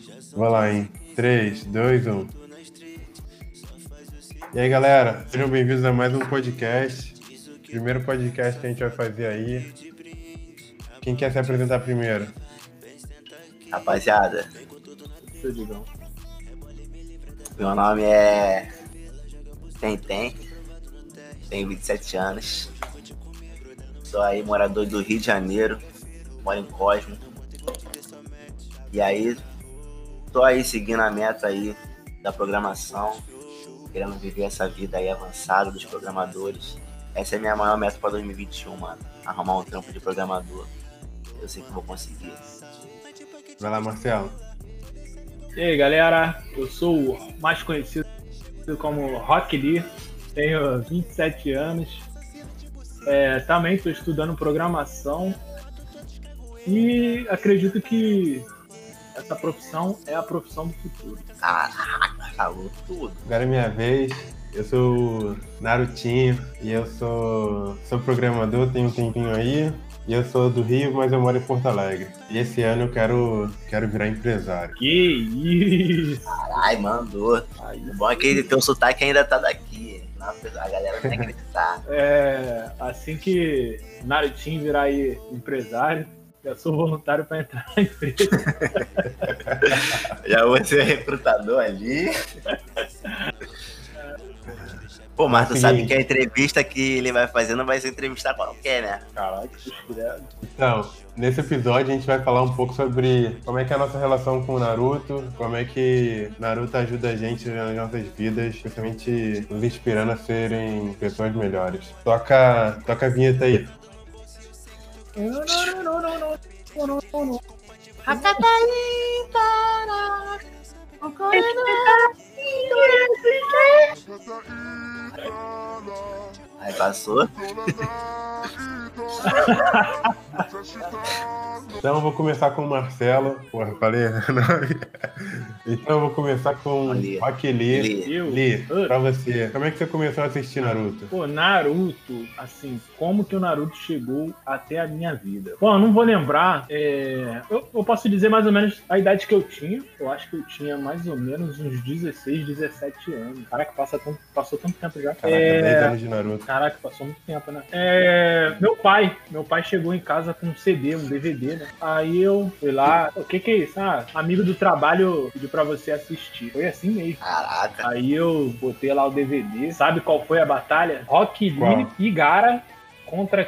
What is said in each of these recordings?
Vai lá, hein? 3, 2, 1. E aí, galera, sejam bem-vindos a mais um podcast. Primeiro podcast que a gente vai fazer aí. Quem quer se apresentar primeiro? Rapaziada, meu nome é Tentem, tenho 27 anos, sou aí morador do Rio de Janeiro, moro em Cosmo. E aí, tô aí seguindo a meta aí da programação, querendo viver essa vida aí avançada dos programadores. Essa é a minha maior meta para 2021, mano. Arrumar um trampo de programador. Eu sei que vou conseguir. Vai lá, Marcelo. E aí, galera, eu sou o mais conhecido como Rock Lee, tenho 27 anos, também estou estudando programação e acredito que essa profissão é a profissão do futuro. Caraca, falou tudo. Agora é minha vez. Eu sou o Narutinho e eu sou programador, tenho um tempinho aí. E eu sou do Rio, mas eu moro em Porto Alegre. E esse ano eu quero virar empresário. Que isso! Caralho, mandou. O bom é que teu sotaque ainda tá daqui. Não, a galera não vai acreditar. Assim que Narutinho virar aí empresário, eu sou voluntário para entrar na empresa. Já vou ser recrutador ali. Pô, mas tu sabe que a entrevista que ele vai fazer não vai ser entrevista qualquer, né? Caralho, que escreve. Então, nesse episódio a gente vai falar um pouco sobre como é que é a nossa relação com o Naruto, como é que Naruto ajuda a gente nas nossas vidas, principalmente nos inspirando a serem pessoas melhores. Toca a vinheta aí. Aí passou. Então eu vou começar com o Marcelo. Porra, falei? Então eu vou começar com Rock Lee. Pra você, como é que você começou a assistir Naruto? Pô, Naruto, assim, como que o Naruto chegou até a minha vida? Bom, eu não vou lembrar, eu posso dizer mais ou menos a idade que eu tinha. Eu acho que eu tinha mais ou menos uns 16, 17 anos. Caraca, passou tanto tempo já. Caraca, 10 anos de Naruto. Caraca, passou muito tempo, né? Meu pai chegou em casa com um CD, um DVD, né? Aí eu fui lá, o que é isso? Ah, amigo do trabalho pediu pra você assistir. Foi assim mesmo. Caraca. Aí eu botei lá o DVD. Sabe qual foi a batalha? Rock Lee e Gaara contra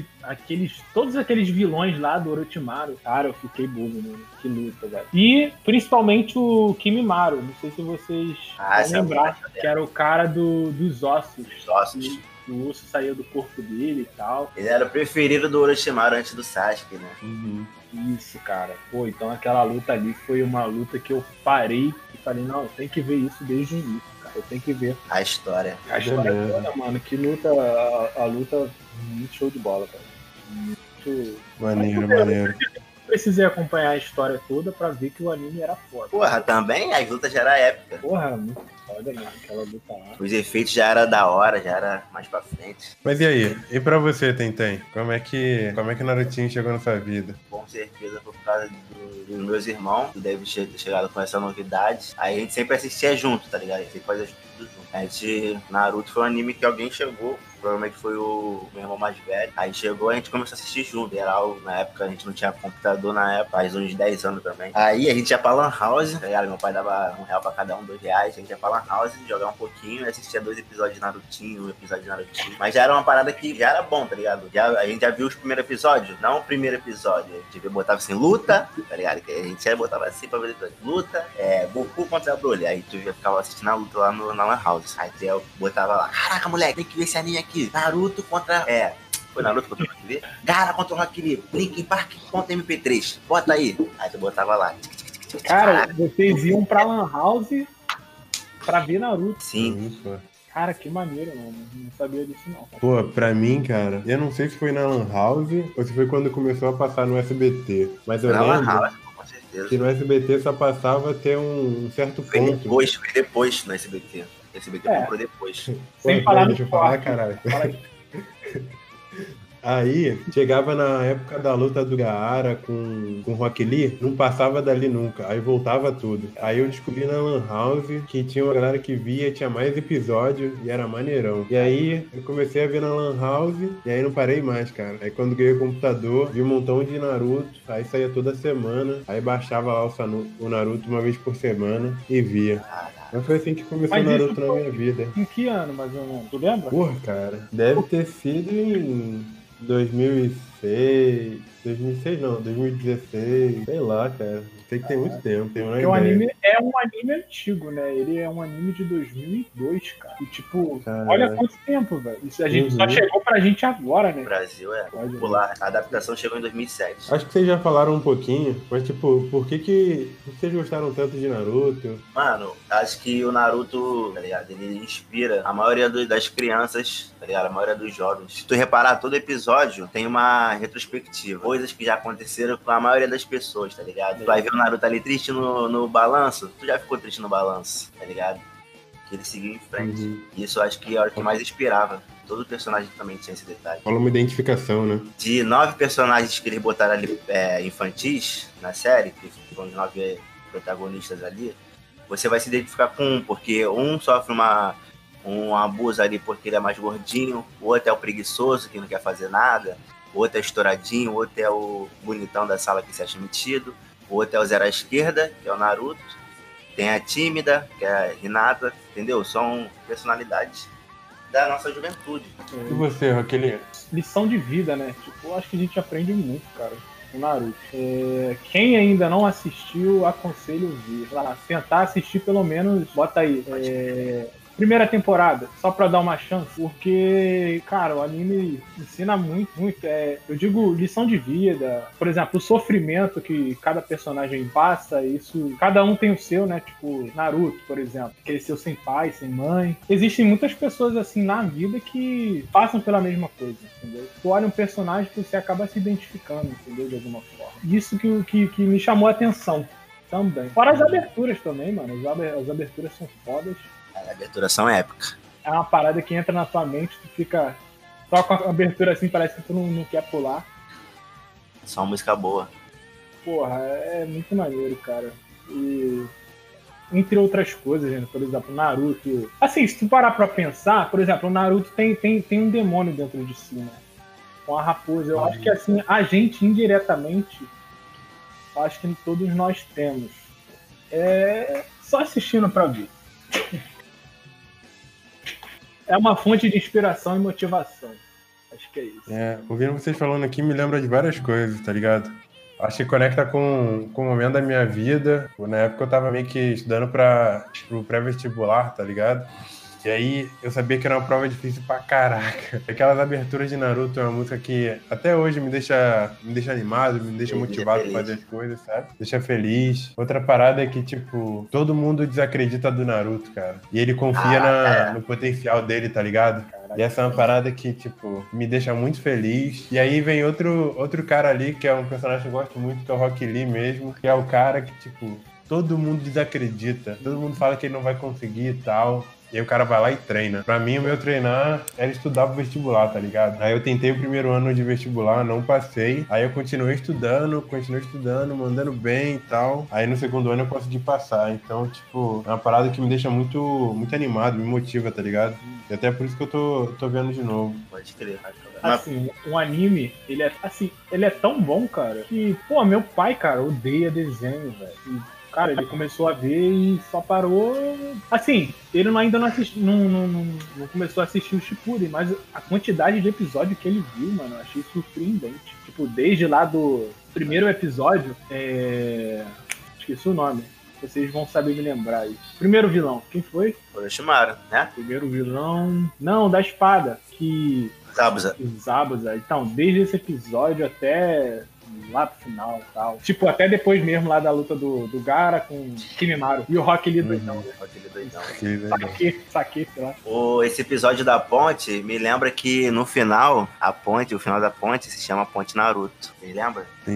todos aqueles vilões lá do Orochimaru. Cara, eu fiquei bobo, mano. Que luta, velho. E principalmente o Kimimaro. Não sei se vocês vão lembrar, que era o cara dos ossos. Os ossos. O osso saía do corpo dele e tal. Ele era o preferido do Orochimaru antes do Sasuke, né? Uhum. Isso, cara. Pô, então aquela luta ali foi uma luta que eu parei e falei, não, tem que ver isso desde o início, cara. Eu tenho que ver. A história. A história toda, mano. Que luta, a luta muito show de bola, cara. Muito... Maneiro. Precisei acompanhar a história toda pra ver que o anime era foda. Porra, também as lutas já eram épicas. Porra, muito foda, mano, aquela luta lá. Os efeitos já eram da hora, já era mais pra frente. Mas e aí? E pra você, Tentem? Como é que Narutinho chegou na sua vida? Com certeza foi por causa dos meus irmãos, que devem ter chegado com essa novidade. Aí a gente sempre assistia junto, tá ligado? A gente sempre fazia tudo junto. Naruto foi um anime que alguém chegou, provavelmente foi o meu irmão mais velho. Aí chegou, a gente começou a assistir junto. Na época a gente não tinha computador, faz uns 10 anos também. Aí a gente ia pra Lan House, tá ligado? Meu pai dava R$1 pra cada um, R$2. A gente ia pra Lan House, jogar um pouquinho e assistia 2 episódios de Narutinho, um episódio de Narutinho. Mas já era uma parada que já era bom, tá ligado? A gente já viu os primeiros episódios, não o primeiro episódio. A gente botava assim, luta, tá ligado? Que a gente já botava assim pra ver luta, Goku contra Broly. Aí tu já ficava assistindo a luta lá na Lan House. Aí eu botava lá, caraca, moleque, tem que ver esse anime aqui. Naruto contra... Foi Naruto contra o Rock Lee? Gaara contra o Rock Lee. Linkin Park contra MP3. Bota aí. Aí tu botava lá. Cara, vocês iam pra Lan House pra ver Naruto. Sim. Cara, que maneiro, mano. Não sabia disso, não. Pô, pra mim, cara, eu não sei se foi na Lan House ou se foi quando começou a passar no SBT. Mas eu lembro que no SBT só passava até um certo ponto. Foi depois no SBT. O SBT comprou depois. Sem falar deixa eu falar, caralho. Aí, chegava na época da luta do Gaara com o Rock Lee, não passava dali nunca. Aí voltava tudo. Aí eu descobri na Lan House que tinha uma galera que via, tinha mais episódios e era maneirão. E aí eu comecei a ver na Lan House e aí não parei mais, cara. Aí quando ganhei o computador, vi um montão de Naruto, aí saía toda semana, aí baixava lá o Naruto uma vez por semana e via. Mas foi assim que começou o Naruto na minha vida. Em que ano, mais ou menos? Tu lembra? Porra, cara, deve ter sido em 2006, 2006 não, 2016, sei lá, cara. Sei que tem muito tempo, tem uma Porque ideia. o anime é um anime antigo, né? Ele é um anime de 2002, cara. E tipo, olha quanto tempo, velho. Isso a gente só chegou pra gente agora, né? O Brasil é popular. A adaptação chegou em 2007. Acho que vocês já falaram um pouquinho, mas tipo, por que vocês gostaram tanto de Naruto? Mano, acho que o Naruto, tá ligado? Ele inspira a maioria das crianças, tá ligado? A maioria dos jovens. Se tu reparar, todo episódio tem uma retrospectiva. Coisas que já aconteceram com a maioria das pessoas, tá ligado? Tu vai ver o Naruto ali triste no balanço, tu já ficou triste no balanço, tá ligado? Que ele seguiu em frente. Uhum. E isso eu acho que é o que mais inspirava. Todo personagem também tinha esse detalhe. Fala uma identificação, né? De 9 personagens que eles botaram ali infantis na série, que foram 9 protagonistas ali, você vai se identificar com um, porque um sofre um abuso ali porque ele é mais gordinho, o outro é o preguiçoso que não quer fazer nada, o outro é estouradinho, o outro é o bonitão da sala que se acha metido, o outro é o zero à esquerda, que é o Naruto, tem a tímida, que é a Hinata, entendeu? São personalidades da nossa juventude. E você, Raquelinha? Lição de vida, né? Tipo, eu acho que a gente aprende muito, cara, com Naruto. Quem ainda não assistiu, aconselho ver. Lá, tentar assistir pelo menos, bota aí. Primeira temporada, só pra dar uma chance, porque, cara, o anime ensina muito, muito. Eu digo lição de vida, por exemplo, o sofrimento que cada personagem passa, isso, cada um tem o seu, né? Tipo, Naruto, por exemplo, cresceu sem pai, sem mãe. Existem muitas pessoas assim na vida que passam pela mesma coisa, entendeu? Tu olha um personagem que você acaba se identificando, entendeu? De alguma forma. Isso que me chamou a atenção também. Fora as aberturas também, mano. As aberturas são fodas. A abertura são épicas. É uma parada que entra na tua mente, tu fica só com a abertura assim, parece que tu não quer pular. Só uma música boa. Porra, é muito maneiro, cara. E entre outras coisas, gente, por exemplo, Naruto. Assim, se tu parar pra pensar, por exemplo, o Naruto tem um demônio dentro de si, né? Com a raposa. Eu acho que assim, a gente indiretamente, acho que todos nós temos. Só assistindo pra ver. É uma fonte de inspiração e motivação. Acho que é isso. Ouvindo vocês falando aqui me lembra de várias coisas, tá ligado? Acho que conecta com o momento da minha vida. Na época eu tava meio que estudando pro pré-vestibular, tá ligado? E aí eu sabia que era uma prova difícil pra caraca. Aquelas aberturas de Naruto é uma música que até hoje me deixa animado, me deixa motivado pra fazer as coisas, sabe? Deixa feliz. Outra parada é que, tipo, todo mundo desacredita do Naruto, cara. E ele confia no potencial dele, tá ligado? E essa é uma parada que, tipo, me deixa muito feliz. E aí vem outro cara ali, que é um personagem que eu gosto muito, que é o Rock Lee mesmo, que é o cara que, tipo, todo mundo desacredita. Todo mundo fala que ele não vai conseguir e tal. E aí o cara vai lá e treina. Pra mim, o meu treinar era estudar pro vestibular, tá ligado? Aí eu tentei o primeiro ano de vestibular, não passei. Aí eu continuei estudando, mandando bem e tal. Aí no segundo ano eu consegui passar. Então, tipo, é uma parada que me deixa muito, muito animado, me motiva, tá ligado? E até por isso que eu tô vendo de novo. Pode crer. Assim, um anime, ele é tão bom, cara, que, pô, meu pai, cara, odeia desenho, velho. Cara, ele começou a ver e só parou. Assim, ele ainda não assistiu, não começou a assistir o Shippuden, mas a quantidade de episódio que ele viu, mano, eu achei surpreendente. Tipo, desde lá do primeiro episódio, esqueci o nome. Vocês vão saber me lembrar isso. Primeiro vilão, quem foi? Orochimaru, né? Primeiro vilão. Não, da espada. Zabuza. Então, desde esse episódio até lá pro final e tal. Tipo, até depois mesmo lá da luta do Gaara com Kimimaro. E o Rock Lee doidão. Saque, sei lá. Esse episódio da ponte me lembra que no final, o final da ponte se chama Ponte Naruto. Você lembra? Sim.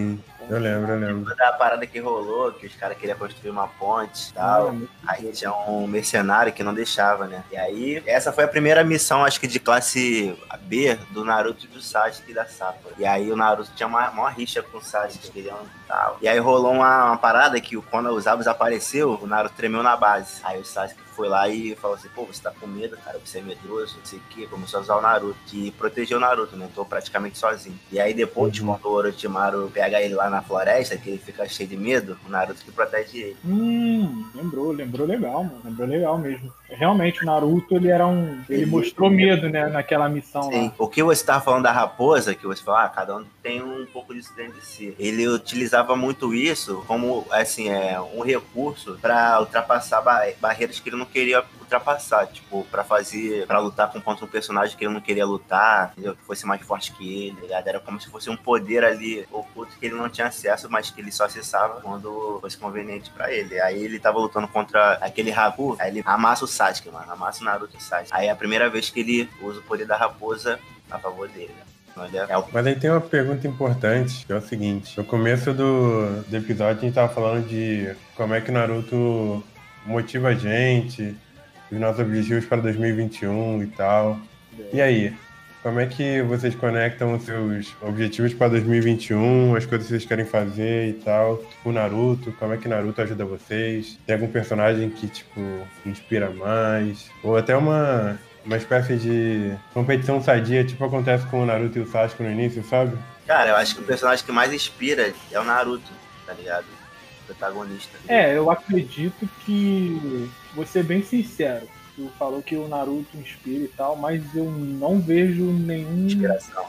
Eu lembro. Da parada que rolou, que os caras queriam construir uma ponte e tal. Aí tinha um mercenário que não deixava, né? E aí, essa foi a primeira missão, acho que de classe B, do Naruto e do Sasuke e da Sakura. E aí o Naruto tinha uma rixa com o Sasuke, queriam e tal. E aí rolou uma parada que quando os Zabus apareceu, o Naruto tremeu na base. Aí o Sasuke foi lá e falou assim, pô, você tá com medo, cara, você é medroso, não sei o que, começou a usar o Naruto, que protegeu o Naruto, né? Tô praticamente sozinho. E aí depois, quando o Orochimaru pega ele lá na floresta, que ele fica cheio de medo, o Naruto que protege ele. Lembrou legal, mano. Lembrou legal mesmo. Realmente, o Naruto, ele mostrou medo, né, naquela missão. Sim. Lá. O que você tava falando da raposa, que você falou, cada um tem um pouco disso dentro de si. Ele utilizava muito isso como, assim, um recurso pra ultrapassar barreiras que ele não queria ultrapassar, tipo, pra lutar contra um personagem que ele não queria lutar, entendeu? Que fosse mais forte que ele, ligado? Era como se fosse um poder ali oculto que ele não tinha acesso, mas que ele só acessava quando fosse conveniente pra ele. Aí ele tava lutando contra aquele Haku, aí ele amassa o Sasuke, mano, amassa o Naruto e o Sasuke. Aí é a primeira vez que ele usa o poder da raposa a favor dele, né? Mas aí tem uma pergunta importante, que é o seguinte. No começo do episódio a gente tava falando de como é que o Naruto motiva a gente, os nossos objetivos para 2021 e tal. E aí, como é que vocês conectam os seus objetivos para 2021, as coisas que vocês querem fazer e tal? O Naruto, como é que Naruto ajuda vocês? Tem algum personagem que, tipo, inspira mais? Ou até uma espécie de competição sadia, tipo acontece com o Naruto e o Sasuke no início, sabe? Cara, eu acho que o personagem que mais inspira é o Naruto, tá ligado? O protagonista. Eu acredito que, vou ser bem sincero, tu falou que o Naruto inspira e tal, mas eu não vejo nenhum... Inspiração.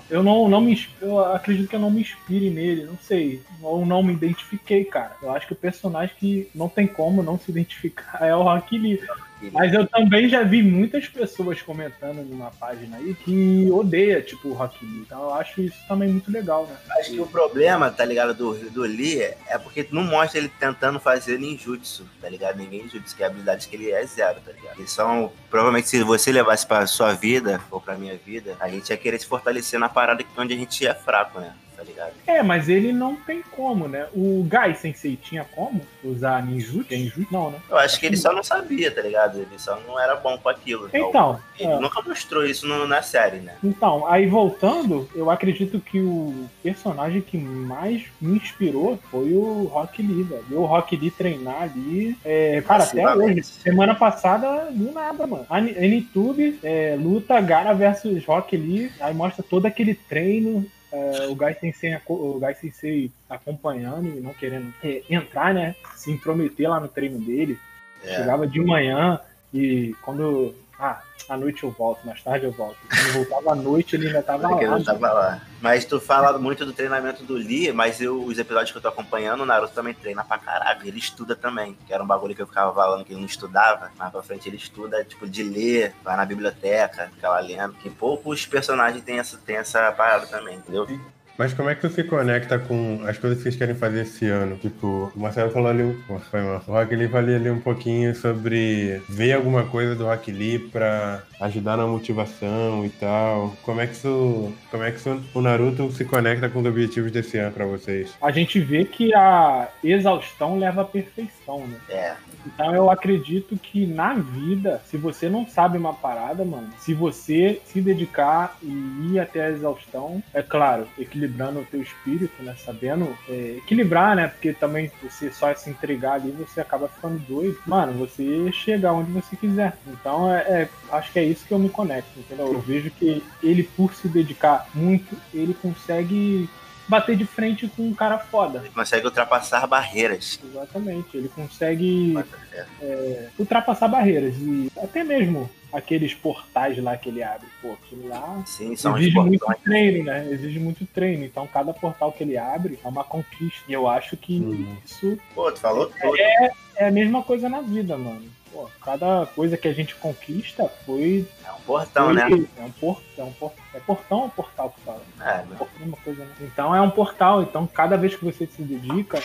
Eu acredito que eu não me inspire nele, não sei. Ou não me identifiquei, cara. Eu acho que o personagem que não tem como não se identificar é o Rock Lee. Mas eu também já vi muitas pessoas comentando numa página aí que odeia, tipo, o Rock Lee. Então eu acho isso também muito legal, né? Acho que o problema, tá ligado, do Lee é porque não mostra ele tentando fazer ninjutsu, tá ligado? Ninjutsu, que é a habilidade que ele é zero, tá ligado? Eles são, provavelmente, se você levasse pra sua vida, ou pra minha vida, a gente ia querer se fortalecer na parada onde a gente é fraco, né? Tá ligado? Mas ele não tem como, né? O Gai Sensei tinha como usar ninjutsu? Ninjutsu não, né? Eu acho que ele só não sabia, tá ligado? Ele só não era bom com aquilo. Então. Ele nunca mostrou isso na série, né? Então, aí voltando, eu acredito que o personagem que mais me inspirou foi o Rock Lee, velho. O Rock Lee treinar ali, cara, até hoje. Semana passada, do nada, mano. A NTube luta Gaara versus Rock Lee, aí mostra todo aquele treino. O Gai Sensei acompanhando e não querendo entrar, né? Se intrometer lá no treino dele. Chegava de manhã e quando... à noite eu volto, mais tarde eu volto. Quando voltava à noite, ele ainda tava lá. Mas tu fala muito do treinamento do Lee, mas os episódios que eu tô acompanhando, o Naruto também treina pra caralho. Ele estuda também, que era um bagulho que eu ficava falando que ele não estudava. Mais pra frente ele estuda, tipo, de ler, vai na biblioteca, fica lá lendo. Que poucos personagens têm essa parada também, entendeu? Mas como é que tu se conecta com as coisas que vocês querem fazer esse ano? Tipo, o Marcelo falou ali, o Rock Lee falou ali um pouquinho sobre ver alguma coisa do Rock Lee pra ajudar na motivação e tal. Como é que o Naruto se conecta com os objetivos desse ano pra vocês? A gente vê que a exaustão leva à perfeição, né? Então eu acredito que na vida, se você não sabe uma parada, mano, se você se dedicar e ir até a exaustão, é claro, equilibrando o teu espírito, né? Sabendo equilibrar, né? Porque também você só se entregar ali, você acaba ficando doido. Mano, você chega onde você quiser. Então acho que é isso que eu me conecto, entendeu? Eu vejo que ele, por se dedicar muito, ele consegue bater de frente com um cara foda. Ele consegue ultrapassar barreiras. Exatamente, ele consegue ultrapassar barreiras. E até mesmo aqueles portais lá que ele abre. Pô, aquilo lá exige muito treino, né? Exige muito treino. Então, cada portal que ele abre é uma conquista. E eu acho que isso... Pô, tu falou tudo. É a mesma coisa na vida, mano. Pô, cada coisa que a gente conquista foi... É um portão, né? É portão ou portal que fala? É mesma coisa, né? Então é um portal. Então cada vez que você se dedica,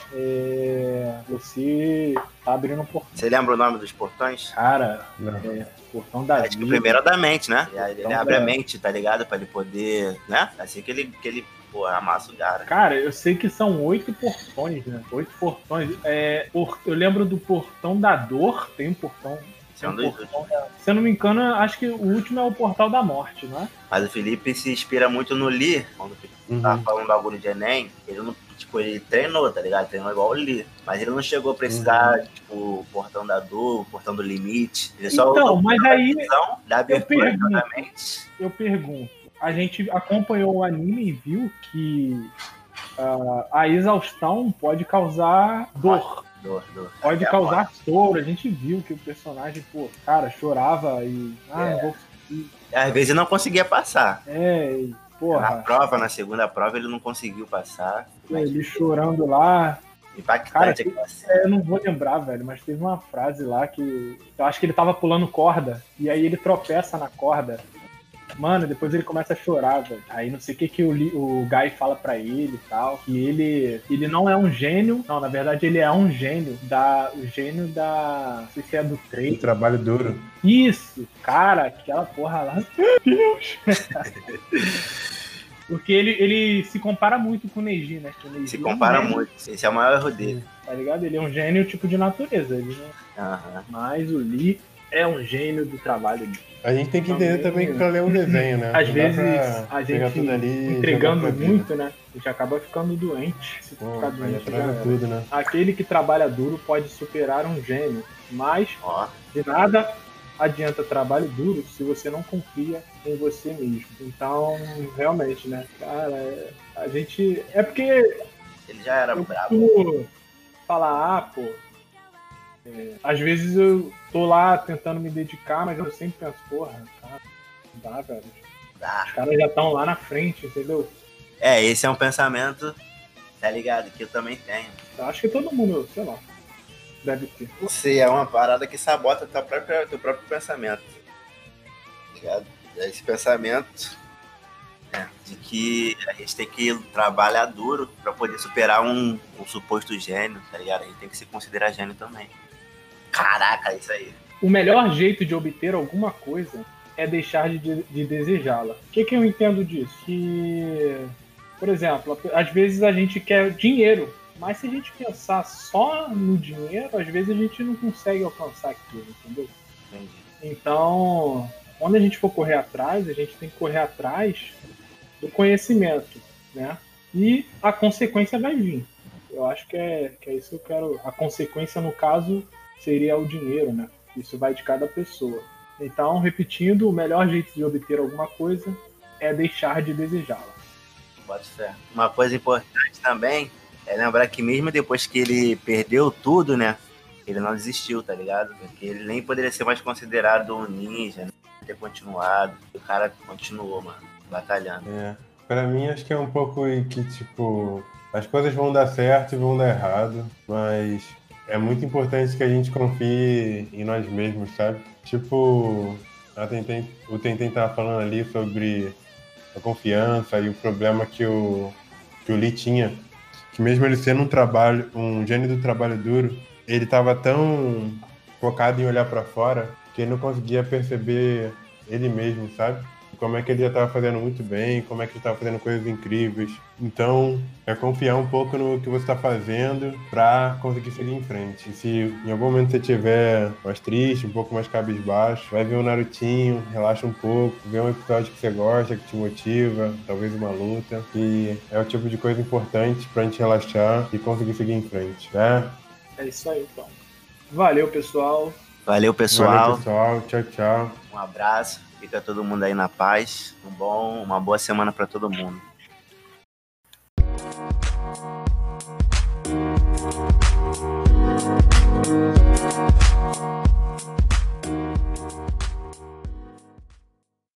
você tá abrindo um portão. Você lembra o nome dos portões? Cara, portão da vida. Acho que o primeiro é da mente, né? Ele abre a mente, tá ligado? Pra ele poder, né? Assim que ele pô, amassa o cara. Cara, eu sei que são 8 portões, né? 8 portões. Eu lembro do Portão da Dor, tem um portão. Esse é um dos Portão, se eu não me engano, acho que o último é o Portal da Morte, não é? Mas o Felipe se inspira muito no Lee, quando o Felipe tava falando do bagulho de Enem, ele não, tipo, ele treinou, tá ligado? Treinou igual o Lee. Mas ele não chegou a precisar, tipo, o Portão da Dor, o Portão do Limite. Ele só então, mas aí da abertura, exatamente. Eu pergunto, a gente acompanhou o anime e viu que a exaustão pode causar dor. Pode causar soro. A gente viu que o personagem, pô, cara, chorava e... não vou conseguir. Às vezes não conseguia passar. Porra. Na segunda prova, ele não conseguiu passar. Ele chorando lá. Impactante. Eu não vou lembrar, velho, mas teve uma frase lá que... Eu acho que ele tava pulando corda, e aí ele tropeça na corda. Mano, depois ele começa a chorar, velho. Aí não sei o que o Guy fala pra ele e tal. Que ele não é um gênio. Não, na verdade ele é um gênio o gênio da... Não sei se é do 3. Do trabalho duro. Isso, cara, aquela porra lá. Meu Deus! Porque ele se compara muito com o Neji, né? Que o Neji se compara muito. Esse é o maior erro dele. Tá ligado? Ele é um gênio tipo de natureza. Ele não... Mas o Lee é um gênio do trabalho dele. A gente tem que entender também que pra ler um desenho, né? Às vezes a gente entregando muito, né? A gente acaba ficando doente. Se ficar doente, tudo, né? Aquele que trabalha duro pode superar um gênio, mas de nada adianta trabalho duro se você não confia em você mesmo. Então, realmente, né? Cara, a gente... É porque... Ele já era brabo. Falar, às vezes eu tô lá tentando me dedicar, mas eu sempre penso, porra, cara, não dá, velho. Os caras já estão lá na frente, entendeu? Esse é um pensamento, tá ligado? Que eu também tenho. Eu acho que todo mundo, sei lá, deve ter. Não sei, é uma parada que sabota teu próprio pensamento. Tá ligado? Esse pensamento de que a gente tem que trabalhar duro pra poder superar um suposto gênio, tá ligado? A gente tem que se considerar gênio também. Caraca, isso aí. O melhor jeito de obter alguma coisa é deixar de desejá-la. O que eu entendo disso? Que, por exemplo, às vezes a gente quer dinheiro, mas se a gente pensar só no dinheiro, às vezes a gente não consegue alcançar aquilo, entendeu? Entendi. Então, quando a gente for correr atrás, a gente tem que correr atrás do conhecimento, né? E a consequência vai vir. Eu acho que é isso que eu quero. A consequência, no caso, seria o dinheiro, né? Isso vai de cada pessoa. Então, repetindo, o melhor jeito de obter alguma coisa é deixar de desejá-la. Pode ser. Uma coisa importante também é lembrar que mesmo depois que ele perdeu tudo, né? Ele não desistiu, tá ligado? Porque ele nem poderia ser mais considerado um ninja, né? Ter continuado. O cara continuou, mano, batalhando. Pra mim, acho que é um pouco que, tipo, as coisas vão dar certo e vão dar errado, mas é muito importante que a gente confie em nós mesmos, sabe? Tipo, o Tenten tava falando ali sobre a confiança e o problema que o Lee tinha, que mesmo ele sendo um gênio do trabalho duro, ele tava tão focado em olhar pra fora que ele não conseguia perceber ele mesmo, sabe? Como é que ele já estava fazendo muito bem, como é que ele estava fazendo coisas incríveis. Então, é confiar um pouco no que você está fazendo para conseguir seguir em frente. E se em algum momento você estiver mais triste, um pouco mais cabisbaixo, vai ver um Narutinho, relaxa um pouco, vê um episódio que você gosta, que te motiva, talvez uma luta. E é o tipo de coisa importante para a gente relaxar e conseguir seguir em frente, né? É isso aí, então. Valeu, pessoal. Valeu, pessoal. Tchau, tchau. Um abraço. Fica todo mundo aí na paz. Uma boa semana para todo mundo.